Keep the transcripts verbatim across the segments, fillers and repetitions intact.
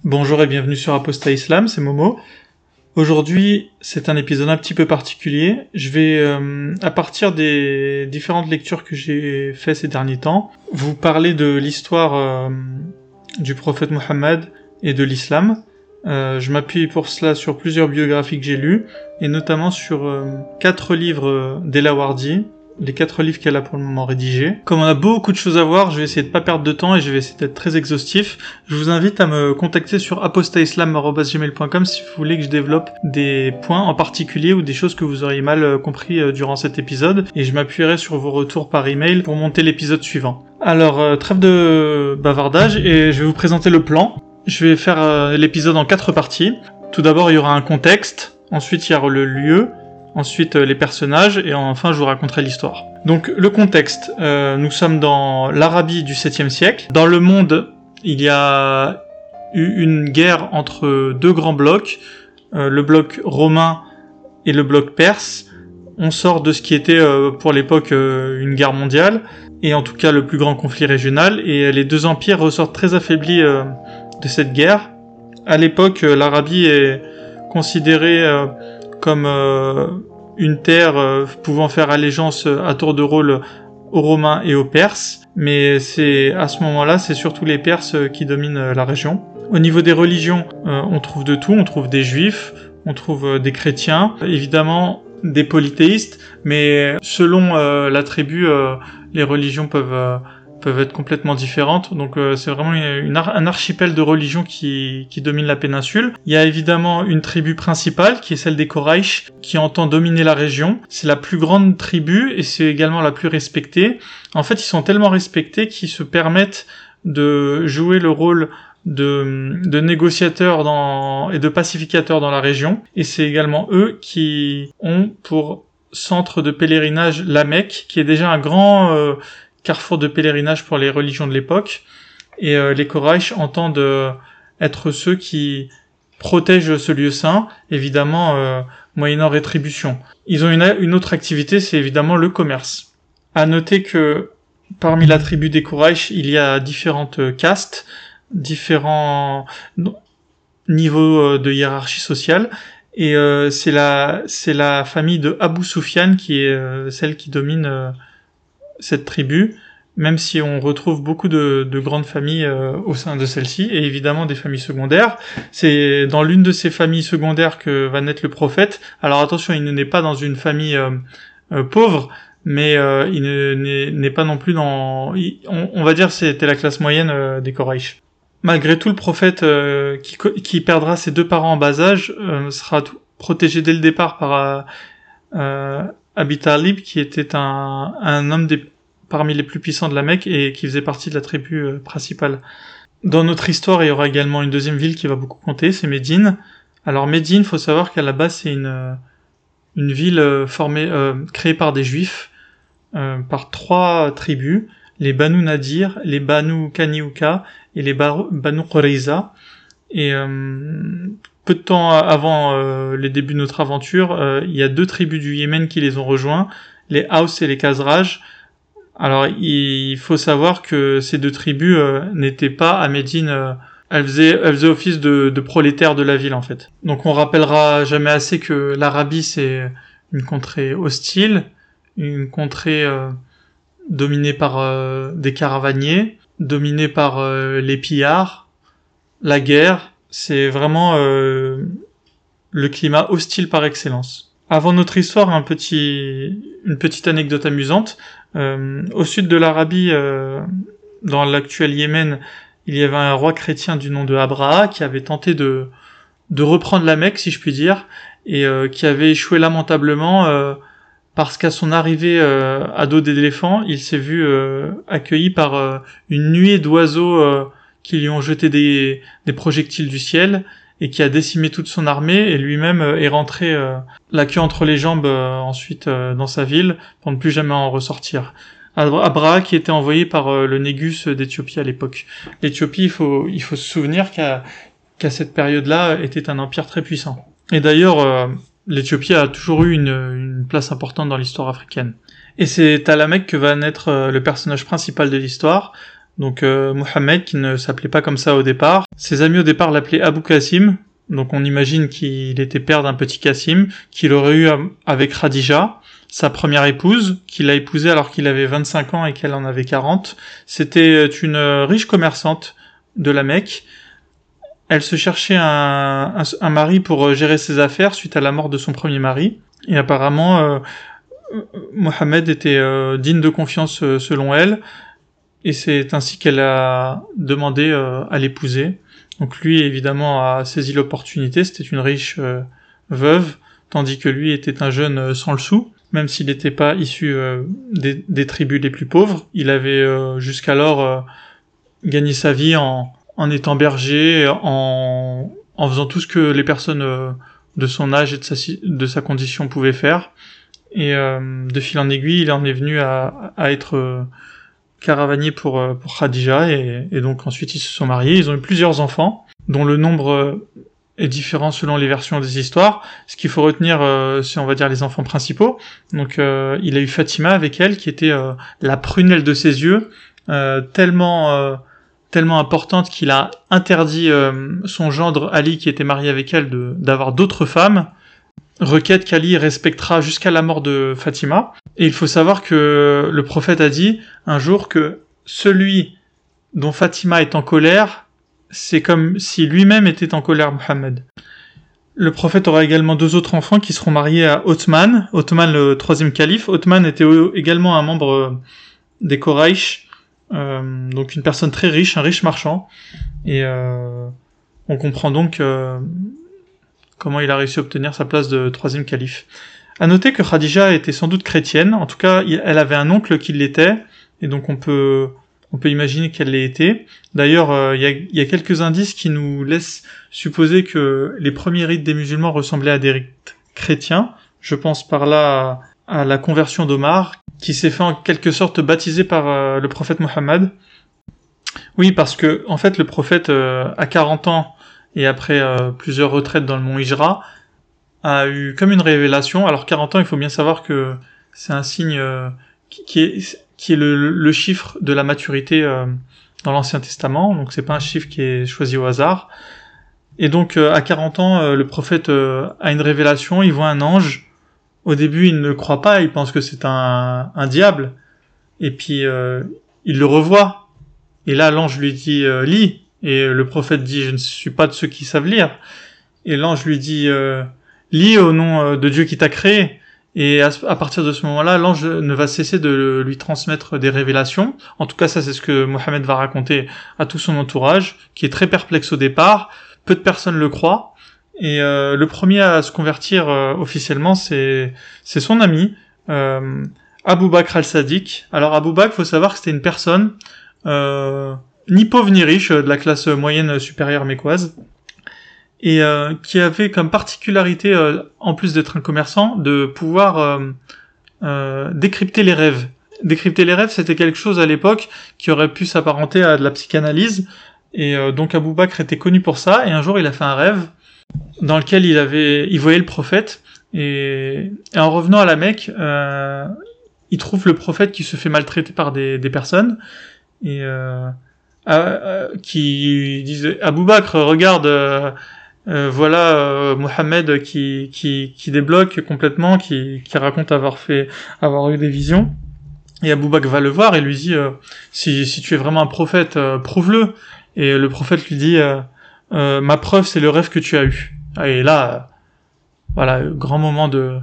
Bonjour et bienvenue sur Apostat Islam, c'est Momo. Aujourd'hui, c'est un épisode un petit peu particulier. Je vais, euh, à partir des différentes lectures que j'ai fait ces derniers temps, vous parler de l'histoire euh, du prophète Mohammed et de l'islam. Euh, je m'appuie pour cela sur plusieurs biographies que j'ai lues, et notamment sur euh, quatre livres euh, d'Ella Wardi, les quatre livres qu'elle a pour le moment rédigés. Comme on a beaucoup de choses à voir, je vais essayer de pas perdre de temps et je vais essayer d'être très exhaustif. Je vous invite à me contacter sur apostatislam arobase gmail point com si vous voulez que je développe des points en particulier ou des choses que vous auriez mal compris durant cet épisode, et je m'appuierai sur vos retours par email pour monter l'épisode suivant. Alors, euh, trêve de bavardage, et je vais vous présenter le plan. Je vais faire euh, l'épisode en quatre parties. Tout d'abord, il y aura un contexte, ensuite il y aura le lieu, ensuite les personnages, et enfin je vous raconterai l'histoire. Donc le contexte, euh, nous sommes dans l'Arabie du septième siècle. Dans le monde, il y a eu une guerre entre deux grands blocs, euh, le bloc romain et le bloc perse. On sort de ce qui était euh, pour l'époque euh, une guerre mondiale, et en tout cas le plus grand conflit régional, et les deux empires ressortent très affaiblis euh, de cette guerre. À l'époque, euh, l'Arabie est considérée euh, comme euh, une terre euh, pouvant faire allégeance euh, à tour de rôle aux Romains et aux Perses, mais c'est à ce moment-là, c'est surtout les Perses euh, qui dominent euh, la région. Au niveau des religions, euh, on trouve de tout, on trouve des juifs, on trouve euh, des chrétiens, évidemment des polythéistes, mais selon euh, la tribu, euh, les religions peuvent euh, peuvent être complètement différentes, donc euh, c'est vraiment une, une ar- un archipel de religions qui, qui domine la péninsule. Il y a évidemment une tribu principale, qui est celle des Quraysh, qui entend dominer la région. C'est la plus grande tribu, et c'est également la plus respectée. En fait, ils sont tellement respectés qu'ils se permettent de jouer le rôle de, de négociateurs dans, et de pacificateurs dans la région, et c'est également eux qui ont pour centre de pèlerinage la Mecque, qui est déjà un grand... Euh, carrefour de pèlerinage pour les religions de l'époque, et euh, les Quraysh entendent euh, être ceux qui protègent ce lieu saint, évidemment euh, moyennant rétribution. Ils ont une, une autre activité, c'est évidemment le commerce. À noter que parmi la tribu des Quraysh, il y a différentes castes, différents niveaux de hiérarchie sociale, et euh, c'est la c'est la famille de Abu Sufyan qui est euh, celle qui domine euh, cette tribu, même si on retrouve beaucoup de, de grandes familles euh, au sein de celle-ci, et évidemment des familles secondaires. C'est dans l'une de ces familles secondaires que va naître le prophète. Alors attention, il ne naît pas dans une famille euh, euh, pauvre, mais euh, il ne naît, naît pas non plus dans... Il, on, on va dire c'était la classe moyenne euh, des Quraysh. Malgré tout, le prophète euh, qui, qui perdra ses deux parents en bas âge euh, sera tout, protégé dès le départ par... Euh, euh, Abi Talib, qui était un, un homme des, parmi les plus puissants de la Mecque et qui faisait partie de la tribu euh, principale. Dans notre histoire, il y aura également une deuxième ville qui va beaucoup compter, c'est Médine. Alors Médine, faut savoir qu'à la base c'est une une ville euh, formée euh, créée par des Juifs, euh, par trois tribus, les Banu Nadir, les Banu Kaniouka et les Bar- Banu Qurayza. Et euh, peu de temps avant euh, les débuts de notre aventure, euh, il y a deux tribus du Yémen qui les ont rejoints, les Haus et les Khazraj. Alors il faut savoir que ces deux tribus euh, n'étaient pas à Médine, euh, elles faisaient, elles faisaient office de, de prolétaires de la ville en fait. Donc on rappellera jamais assez que l'Arabie c'est une contrée hostile, une contrée euh, dominée par euh, des caravaniers, dominée par euh, les pillards, la guerre. C'est vraiment euh, le climat hostile par excellence. Avant notre histoire, un petit, une petite anecdote amusante. Euh, au sud de l'Arabie, euh, dans l'actuel Yémen, il y avait un roi chrétien du nom de Abraha qui avait tenté de, de reprendre la Mecque, si je puis dire, et euh, qui avait échoué lamentablement euh, parce qu'à son arrivée euh, à dos d'éléphant, il s'est vu euh, accueilli par euh, une nuée d'oiseaux euh, qui lui ont jeté des, des projectiles du ciel et qui a décimé toute son armée, et lui-même euh, est rentré euh, la queue entre les jambes euh, ensuite euh, dans sa ville pour ne plus jamais en ressortir. Abraha qui était envoyé par euh, le Négus d'Éthiopie à l'époque. L'Éthiopie, il faut, il faut se souvenir qu'à, qu'à cette période-là était un empire très puissant. Et d'ailleurs, euh, l'Éthiopie a toujours eu une, une place importante dans l'histoire africaine. Et c'est à la Mecque que va naître euh, le personnage principal de l'histoire, Donc euh, Mohammed, qui ne s'appelait pas comme ça au départ. Ses amis au départ l'appelaient Abu Qasim, donc on imagine qu'il était père d'un petit Qasim, qu'il aurait eu avec Khadija, sa première épouse, qu'il a épousée alors qu'il avait vingt-cinq ans et qu'elle en avait quarante. C'était une riche commerçante de la Mecque. Elle se cherchait un, un, un mari pour gérer ses affaires suite à la mort de son premier mari. Et apparemment, euh, Mohammed était euh, digne de confiance euh, selon elle. Et c'est ainsi qu'elle a demandé euh, à l'épouser. Donc lui, évidemment, a saisi l'opportunité. C'était une riche euh, veuve, tandis que lui était un jeune euh, sans le sou. Même s'il n'était pas issu euh, des, des tribus les plus pauvres, il avait euh, jusqu'alors euh, gagné sa vie en, en étant berger, en, en faisant tout ce que les personnes euh, de son âge et de sa, de sa condition pouvaient faire. Et euh, de fil en aiguille, il en est venu à, à être euh, caravanier pour, euh, pour Khadija, et, et donc ensuite ils se sont mariés. Ils ont eu plusieurs enfants, dont le nombre euh, est différent selon les versions des histoires. Ce qu'il faut retenir, euh, c'est on va dire les enfants principaux. Donc euh, il a eu Fatima avec elle, qui était euh, la prunelle de ses yeux, euh, tellement euh, tellement importante qu'il a interdit euh, son gendre Ali, qui était marié avec elle, de d'avoir d'autres femmes. Requête qu'Ali respectera jusqu'à la mort de Fatima. Et il faut savoir que le prophète a dit un jour que celui dont Fatima est en colère, c'est comme si lui-même était en colère, Mohammed. Le prophète aura également deux autres enfants qui seront mariés à Othman, Othman le troisième calife. Othman était également un membre des Quraysh, euh, donc une personne très riche, un riche marchand. Et euh, on comprend donc euh, comment il a réussi à obtenir sa place de troisième calife. À noter que Khadija était sans doute chrétienne, en tout cas elle avait un oncle qui l'était, et donc on peut on peut imaginer qu'elle l'ait été. D'ailleurs, il euh, y, y a quelques indices qui nous laissent supposer que les premiers rites des musulmans ressemblaient à des rites chrétiens. Je pense par là à, à la conversion d'Omar, qui s'est fait en quelque sorte baptiser par euh, le prophète Mohammed. Oui, parce que en fait le prophète euh, à quarante ans, et après euh, plusieurs retraites dans le mont Hijra, a eu comme une révélation. Alors quarante ans, il faut bien savoir que c'est un signe euh, qui, qui est qui est le, le chiffre de la maturité euh, dans l'Ancien Testament, donc c'est pas un chiffre qui est choisi au hasard. Et donc euh, à quarante ans, euh, le prophète euh, a une révélation, il voit un ange. Au début, il ne croit pas, il pense que c'est un, un diable, et puis euh, il le revoit. Et là, l'ange lui dit euh, « lis », et le prophète dit « je ne suis pas de ceux qui savent lire ». Et l'ange lui dit euh, « lis au nom de Dieu qui t'a créé ». Et à, à partir de ce moment-là, l'ange ne va cesser de lui transmettre des révélations. En tout cas, ça c'est ce que Mohammed va raconter à tout son entourage, qui est très perplexe au départ. Peu de personnes le croient. Et euh, le premier à se convertir euh, officiellement, c'est c'est son ami, euh, Abu Bakr al-Sadiq. Alors Abu Bakr, faut savoir que c'était une personne euh, ni pauvre ni riche, de la classe moyenne supérieure mécoise, et euh, qui avait comme particularité, euh, en plus d'être un commerçant, de pouvoir euh, euh, décrypter les rêves. Décrypter les rêves, c'était quelque chose à l'époque qui aurait pu s'apparenter à de la psychanalyse, et euh, donc Abu Bakr était connu pour ça, et un jour il a fait un rêve dans lequel il avait, il voyait le prophète, et, et en revenant à la Mecque, euh, il trouve le prophète qui se fait maltraiter par des, des personnes, et euh, euh, qui disent « Abu Bakr, regarde, euh, Euh, voilà euh, Mohammed qui qui qui débloque complètement, qui qui raconte avoir fait avoir eu des visions. » Et Abu Bakr va le voir et lui dit euh, si si tu es vraiment un prophète, euh, prouve-le. Et le prophète lui dit euh, euh, ma preuve c'est le rêve que tu as eu. Et là euh, voilà, grand moment de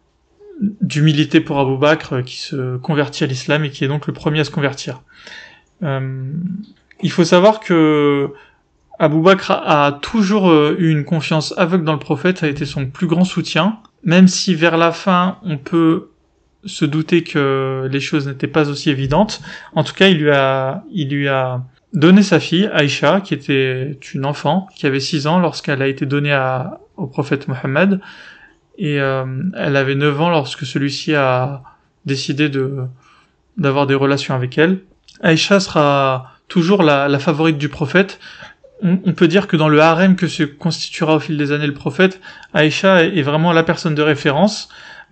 d'humilité pour Abu Bakr, euh, qui se convertit à l'islam et qui est donc le premier à se convertir. Euh, il faut savoir que Abu Bakr a toujours eu une confiance aveugle dans le prophète, ça a été son plus grand soutien, même si vers la fin on peut se douter que les choses n'étaient pas aussi évidentes. En tout cas, il lui a, il lui a donné sa fille, Aïcha, qui était une enfant, qui avait six ans lorsqu'elle a été donnée à, au prophète Mohammed, et euh, elle avait neuf ans lorsque celui-ci a décidé de d'avoir des relations avec elle. Aïcha sera toujours la, la favorite du prophète. On peut dire que dans le harem que se constituera au fil des années le prophète, Aïcha est vraiment la personne de référence,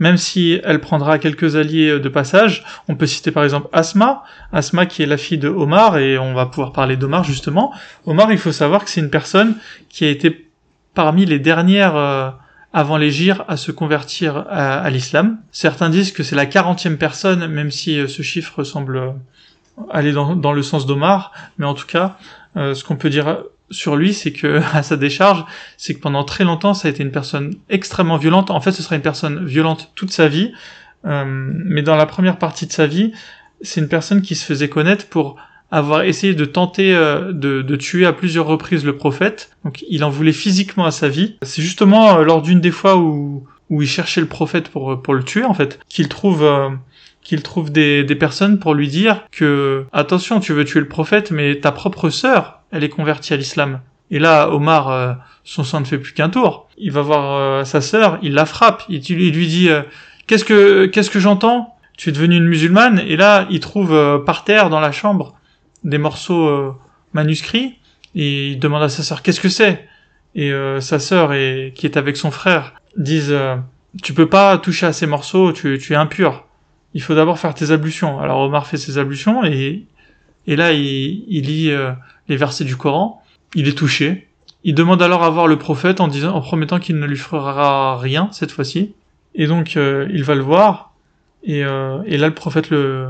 même si elle prendra quelques alliés de passage. On peut citer par exemple Asma, Asma qui est la fille de Omar, et on va pouvoir parler d'Omar justement. Omar, il faut savoir que c'est une personne qui a été parmi les dernières euh, avant l'hégire à se convertir à, à l'islam. Certains disent que c'est la quarantième personne, même si euh, ce chiffre semble aller dans, dans le sens d'Omar, mais en tout cas, euh, ce qu'on peut dire sur lui, c'est que, à sa décharge, c'est que pendant très longtemps, ça a été une personne extrêmement violente. En fait, ce sera une personne violente toute sa vie, euh, mais dans la première partie de sa vie, c'est une personne qui se faisait connaître pour avoir essayé de tenter euh, de, de tuer à plusieurs reprises le prophète. Donc, il en voulait physiquement à sa vie. C'est justement euh, lors d'une des fois où, où il cherchait le prophète pour, pour le tuer, en fait, qu'il trouve... Euh, qu'il trouve des, des personnes pour lui dire que attention, tu veux tuer le prophète, mais ta propre sœur, elle est convertie à l'islam. Et là, Omar, euh, son sang ne fait plus qu'un tour. Il va voir euh, sa sœur, il la frappe, il, il lui dit euh, qu'est-ce que qu'est-ce que j'entends ? Tu es devenue une musulmane. Et là, il trouve euh, par terre dans la chambre des morceaux euh, manuscrits et il demande à sa sœur qu'est-ce que c'est ? Et euh, sa sœur, et, qui est avec son frère, disent euh, tu peux pas toucher à ces morceaux, tu, tu es impur. Il faut d'abord faire tes ablutions. Alors Omar fait ses ablutions et, et là il, il lit euh, les versets du Coran. Il est touché. Il demande alors à voir le prophète en disant, en promettant qu'il ne lui fera rien cette fois-ci. Et donc euh, il va le voir et, euh, et là le prophète le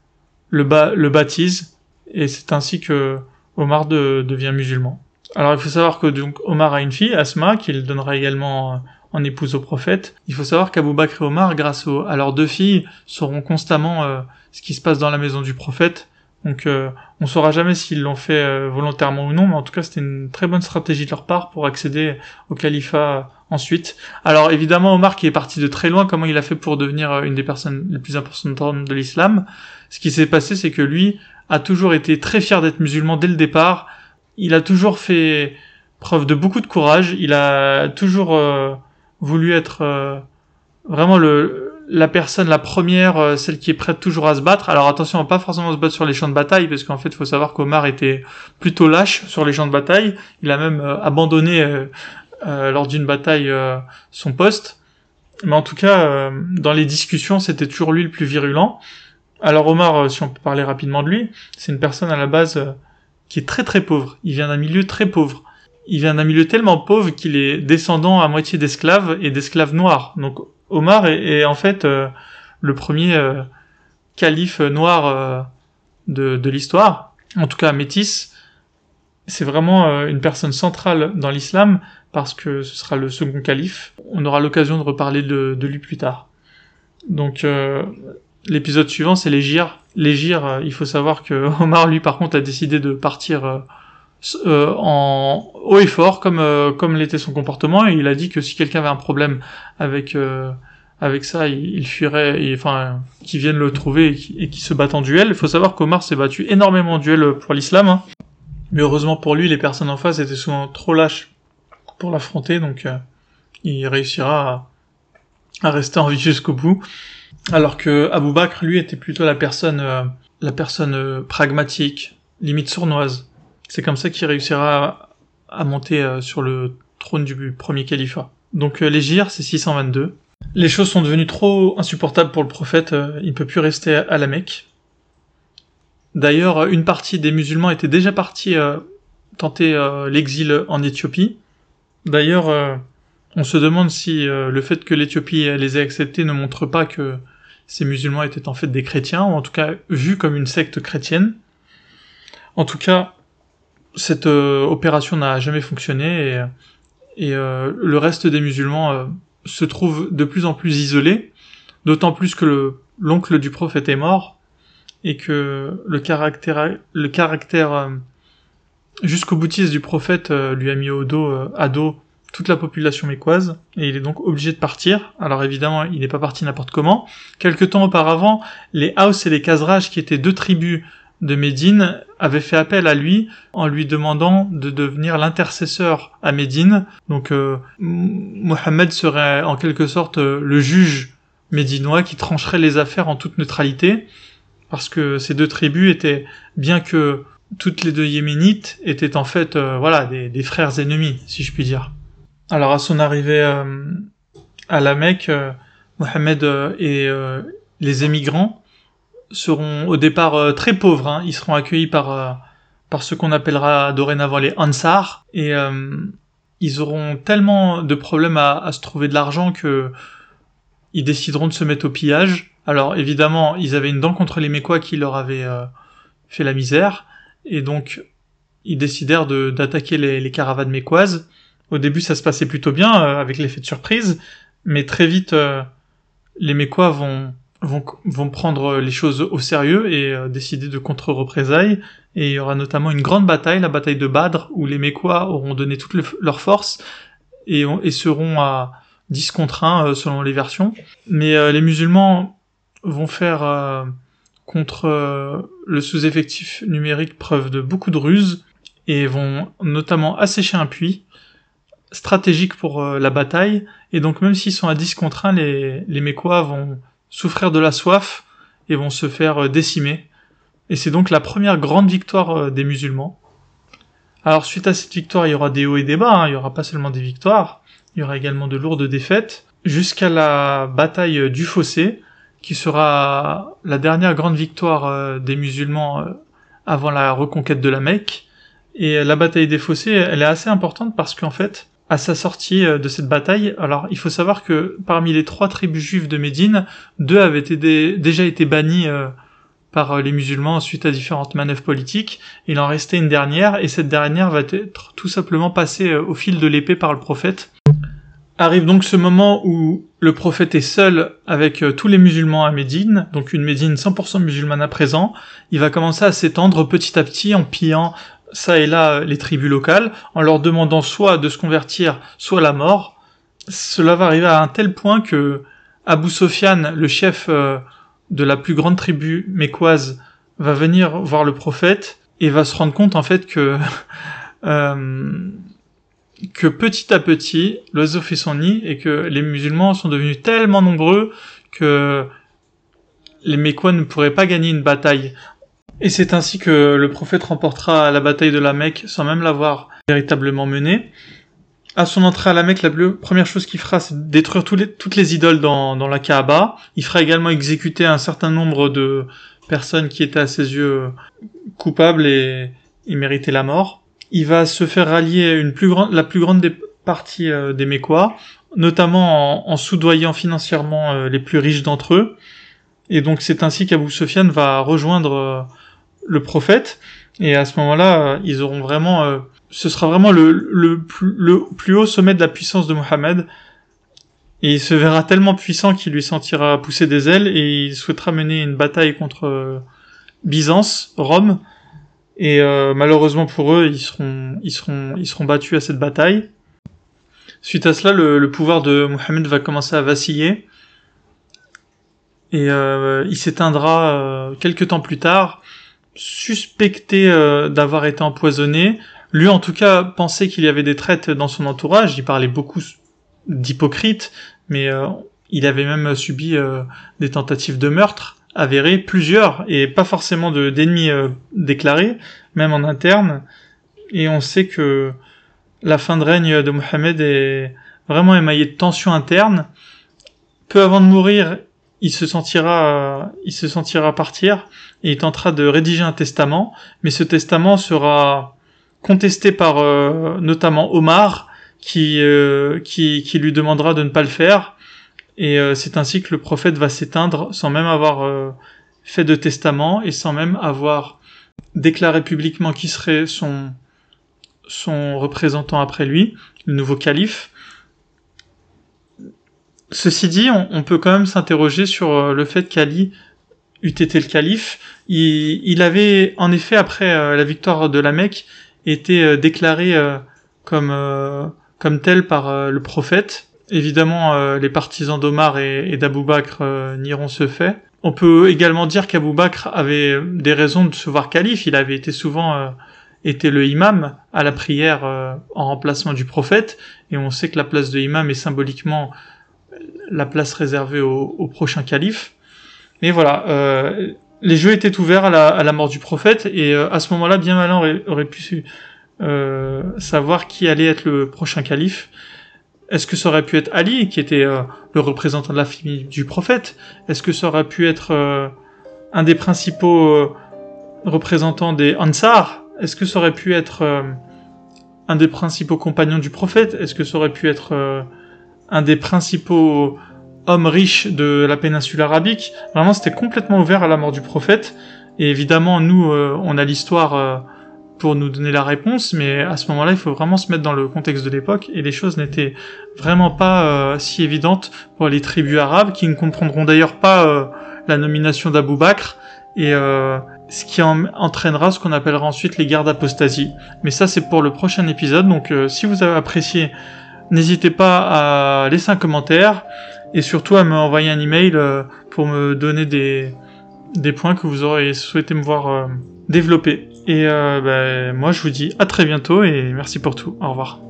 le, ba- le baptise et c'est ainsi que Omar de, devient musulman. Alors il faut savoir que donc Omar a une fille, Asma, qu'il donnera également euh, en épouse au prophète. Il faut savoir qu'Abou Bakr et Omar, grâce au, à leurs deux filles, sauront constamment euh, ce qui se passe dans la maison du prophète. Donc euh, on saura jamais s'ils l'ont fait euh, volontairement ou non, mais en tout cas c'était une très bonne stratégie de leur part pour accéder au califat euh, ensuite. Alors évidemment Omar qui est parti de très loin, comment il a fait pour devenir euh, une des personnes les plus importantes de l'islam ? Ce qui s'est passé, c'est que lui a toujours été très fier d'être musulman dès le départ. Il a toujours fait preuve de beaucoup de courage. Il a toujours euh, voulu être euh, vraiment le la personne, la première, euh, celle qui est prête toujours à se battre. Alors attention, pas forcément se battre sur les champs de bataille, parce qu'en fait, il faut savoir qu'Omar était plutôt lâche sur les champs de bataille. Il a même euh, abandonné euh, euh, lors d'une bataille euh, son poste. Mais en tout cas, euh, dans les discussions, c'était toujours lui le plus virulent. Alors Omar, euh, si on peut parler rapidement de lui, c'est une personne à la base euh, qui est très très pauvre. Il vient d'un milieu très pauvre. Il vient d'un milieu tellement pauvre qu'il est descendant à moitié d'esclaves et d'esclaves noirs. Donc Omar est, est en fait euh, le premier euh, calife noir euh, de, de l'histoire, en tout cas métis. C'est vraiment euh, une personne centrale dans l'islam parce que ce sera le second calife. On aura l'occasion de reparler de, de lui plus tard. Donc euh, l'épisode suivant, c'est l'hégire. L'hégire, euh, il faut savoir que Omar, lui, par contre, a décidé de partir euh, euh, en haut et fort, comme euh, comme l'était son comportement, et il a dit que si quelqu'un avait un problème avec euh, avec ça, il, il fuirait, et, enfin, qu'il vienne le trouver et qu'il et qu'il se batte en duel. Il faut savoir qu'Omar s'est battu énormément en duel pour l'islam, hein. Mais heureusement pour lui, les personnes en face étaient souvent trop lâches pour l'affronter, donc euh, il réussira à, à rester en vie jusqu'au bout. Alors que Abou Bakr, lui, était plutôt la personne, euh, la personne euh, pragmatique, limite sournoise. C'est comme ça qu'il réussira à, à monter euh, sur le trône du premier califat. Donc euh, l'hégire, c'est six cent vingt-deux. Les choses sont devenues trop insupportables pour le prophète, euh, il ne peut plus rester à, à la Mecque. D'ailleurs, une partie des musulmans était déjà partie euh, tenter euh, l'exil en Éthiopie. D'ailleurs, euh, on se demande si euh, le fait que l'Éthiopie les ait acceptés ne montre pas que ces musulmans étaient en fait des chrétiens, ou en tout cas vus comme une secte chrétienne. En tout cas, cette euh, opération n'a jamais fonctionné, et, et euh, le reste des musulmans euh, se trouve de plus en plus isolés, d'autant plus que le, l'oncle du prophète est mort, et que le caractère, le caractère euh, jusqu'au boutiste du prophète euh, lui a mis au dos, euh, à dos toute la population mécoise, et il est donc obligé de partir. Alors évidemment, il n'est pas parti n'importe comment. Quelque temps auparavant, les Haus et les Khazraj, qui étaient deux tribus de Médine, avaient fait appel à lui en lui demandant de devenir l'intercesseur à Médine. Donc euh, Mohammed serait en quelque sorte euh, le juge médinois qui trancherait les affaires en toute neutralité, parce que ces deux tribus étaient, bien que toutes les deux yéménites, étaient en fait euh, voilà des, des frères ennemis, si je puis dire. Alors à son arrivée euh, à la Mecque, euh, Mohammed euh, et euh, les émigrants seront au départ euh, très pauvres. Hein. Ils seront accueillis par euh, par ce qu'on appellera dorénavant les Ansar, et euh, ils auront tellement de problèmes à, à se trouver de l'argent que ils décideront de se mettre au pillage. Alors évidemment, ils avaient une dent contre les Mécois qui leur avaient euh, fait la misère, et donc ils décidèrent de, d'attaquer les, les caravanes mécoises. Au début, ça se passait plutôt bien, euh, avec l'effet de surprise, mais très vite, euh, les Mécois vont, vont, vont prendre les choses au sérieux et euh, décider de contre-représailles, et il y aura notamment une grande bataille, la bataille de Badr, où les Mécois auront donné toute le, leur force, et, et seront à dix contre un, euh, selon les versions. Mais euh, les musulmans vont faire... Euh, contre euh, le sous-effectif numérique preuve de beaucoup de ruses, et vont notamment assécher un puits stratégique pour euh, la bataille, et donc même s'ils sont à dix contre un, les, les Mécois vont souffrir de la soif et vont se faire euh, décimer. Et c'est donc la première grande victoire euh, des musulmans. Alors suite à cette victoire, il y aura des hauts et des bas, hein, il y aura pas seulement des victoires, il y aura également de lourdes défaites, jusqu'à la bataille du Fossé, qui sera la dernière grande victoire euh, des musulmans euh, avant la reconquête de la Mecque. Et la bataille des Fossés, elle est assez importante parce qu'en fait, à sa sortie euh, de cette bataille, alors il faut savoir que parmi les trois tribus juives de Médine, deux avaient été dé- déjà été bannies euh, par euh, les musulmans suite à différentes manœuvres politiques. Il en restait une dernière, et cette dernière va être tout simplement passée euh, au fil de l'épée par le prophète. Arrive donc ce moment où le prophète est seul avec euh, tous les musulmans à Médine, donc une Médine cent pour cent musulmane à présent. Il va commencer à s'étendre petit à petit en pillant ça et là les tribus locales, en leur demandant soit de se convertir, soit la mort. Cela va arriver à un tel point que Abu Sofyan, le chef euh, de la plus grande tribu mécoise, va venir voir le prophète et va se rendre compte en fait que... euh, que petit à petit, l'oiseau fait son nid, et que les musulmans sont devenus tellement nombreux que les Mécois ne pourraient pas gagner une bataille. Et c'est ainsi que le prophète remportera la bataille de la Mecque sans même l'avoir véritablement menée. À son entrée à la Mecque, la première chose qu'il fera, c'est de détruire tous les, toutes les idoles dans, dans la Kaaba. Il fera également exécuter un certain nombre de personnes qui étaient à ses yeux coupables et, et méritaient la mort. Il va se faire rallier une plus grande, la plus grande des parties euh, des Mécois, notamment en, en soudoyant financièrement euh, les plus riches d'entre eux. Et donc c'est ainsi qu'Abu Sofyan va rejoindre euh, le prophète. Et à ce moment-là, euh, ils auront vraiment, euh, ce sera vraiment le, le, plus, le plus haut sommet de la puissance de Mohammed. Et il se verra tellement puissant qu'il lui sentira pousser des ailes, et il souhaitera mener une bataille contre euh, Byzance, Rome. Et euh, malheureusement pour eux, ils seront, ils seront, ils seront battus à cette bataille. Suite à cela, le, le pouvoir de Mohammed va commencer à vaciller, et euh, il s'éteindra euh, quelques temps plus tard, suspecté euh, d'avoir été empoisonné. Lui, en tout cas, pensait qu'il y avait des traîtres dans son entourage. Il parlait beaucoup d'hypocrites, mais euh, il avait même subi euh, des tentatives de meurtre avérés, plusieurs, et pas forcément de, d'ennemis euh, déclarés, même en interne. Et on sait que la fin de règne de Mohammed est vraiment émaillée de tensions internes. Peu avant de mourir, il se sentira, euh, il se sentira partir, et il tentera de rédiger un testament, mais ce testament sera contesté par euh, notamment Omar, qui, euh, qui, qui lui demandera de ne pas le faire. Et euh, c'est ainsi que le prophète va s'éteindre sans même avoir euh, fait de testament, et sans même avoir déclaré publiquement qui serait son, son représentant après lui, le nouveau calife. Ceci dit, on, on peut quand même s'interroger sur le fait qu'Ali eût été le calife. Il, il avait, en effet, après euh, la victoire de la Mecque, été euh, déclaré euh, comme, euh, comme tel par euh, le prophète. Évidemment, euh, les partisans d'Omar et, et d'Abou Bakr euh, nieront ce fait. On peut également dire qu'Abou Bakr avait des raisons de se voir calife. Il avait été souvent euh, été le imam à la prière euh, en remplacement du prophète, et on sait que la place de imam est symboliquement la place réservée au, au prochain calife. Mais voilà, euh, les jeux étaient ouverts à la, à la mort du prophète, et euh, à ce moment-là, bien malin aurait, aurait pu euh, savoir qui allait être le prochain calife. Est-ce que ça aurait pu être Ali, qui était euh, le représentant de la famille du prophète? Est-ce que ça aurait pu être euh, un des principaux euh, représentants des Ansar? Est-ce que ça aurait pu être euh, un des principaux compagnons du prophète? Est-ce que ça aurait pu être euh, un des principaux hommes riches de la péninsule arabique? Vraiment, c'était complètement ouvert à la mort du prophète. Et évidemment, nous, euh, on a l'histoire euh, pour nous donner la réponse, mais à ce moment-là, il faut vraiment se mettre dans le contexte de l'époque, et les choses n'étaient vraiment pas euh, si évidentes pour les tribus arabes, qui ne comprendront d'ailleurs pas euh, la nomination d'Abou Bakr, et euh, ce qui en entraînera ce qu'on appellera ensuite les guerres d'apostasie. Mais ça, c'est pour le prochain épisode, donc euh, si vous avez apprécié, n'hésitez pas à laisser un commentaire, et surtout à me envoyer un email euh, pour me donner des, des points que vous aurez souhaité me voir euh, développer. Et euh, bah, moi je vous dis à très bientôt et merci pour tout. Au revoir.